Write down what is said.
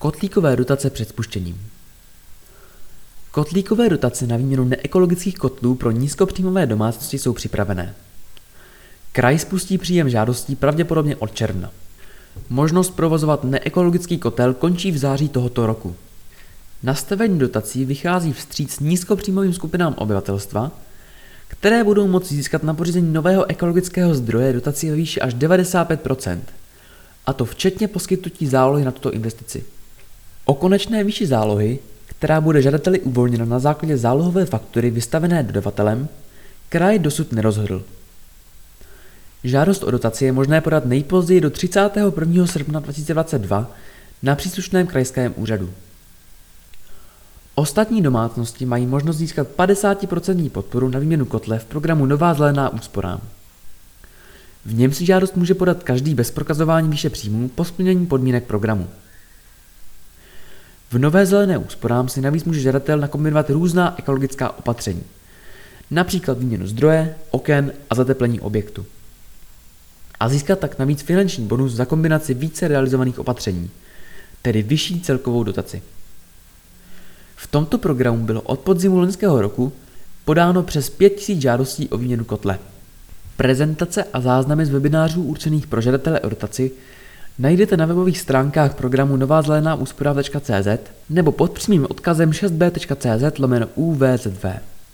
Kotlíkové dotace před spuštěním. Kotlíkové dotace na výměnu neekologických kotlů pro nízkopříjmové domácnosti jsou připravené. Kraj spustí příjem žádostí pravděpodobně od června. Možnost provozovat neekologický kotel končí v září tohoto roku. Nastavení dotací vychází vstříc nízkopříjmovým skupinám obyvatelstva, které budou moci získat na pořízení nového ekologického zdroje dotaci ve výši až 95%, a to včetně poskytnutí zálohy na tuto investici. O konečné výši zálohy, která bude žadateli uvolněna na základě zálohové faktury vystavené dodavatelem, kraj dosud nerozhodl. Žádost o dotaci je možné podat nejpozději do 31. srpna 2022 na příslušném krajském úřadu. Ostatní domácnosti mají možnost získat 50% podporu na výměnu kotle v programu Nová zelená úsporám. V něm si žádost může podat každý bez prokazování výše příjmů po splnění podmínek programu. V Nové zelené úsporám si navíc může žadatel nakombinovat různá ekologická opatření, například výměnu zdroje, oken a zateplení objektu. A získat tak navíc finanční bonus za kombinaci více realizovaných opatření, tedy vyšší celkovou dotaci. V tomto programu bylo od podzimu loňského roku podáno přes 5000 žádostí o výměnu kotle. Prezentace a záznamy z webinářů určených pro žadatele o dotaci najdete na webových stránkách programu novázelenáúspora.cz nebo pod přímým odkazem 6b.cz/UVZV.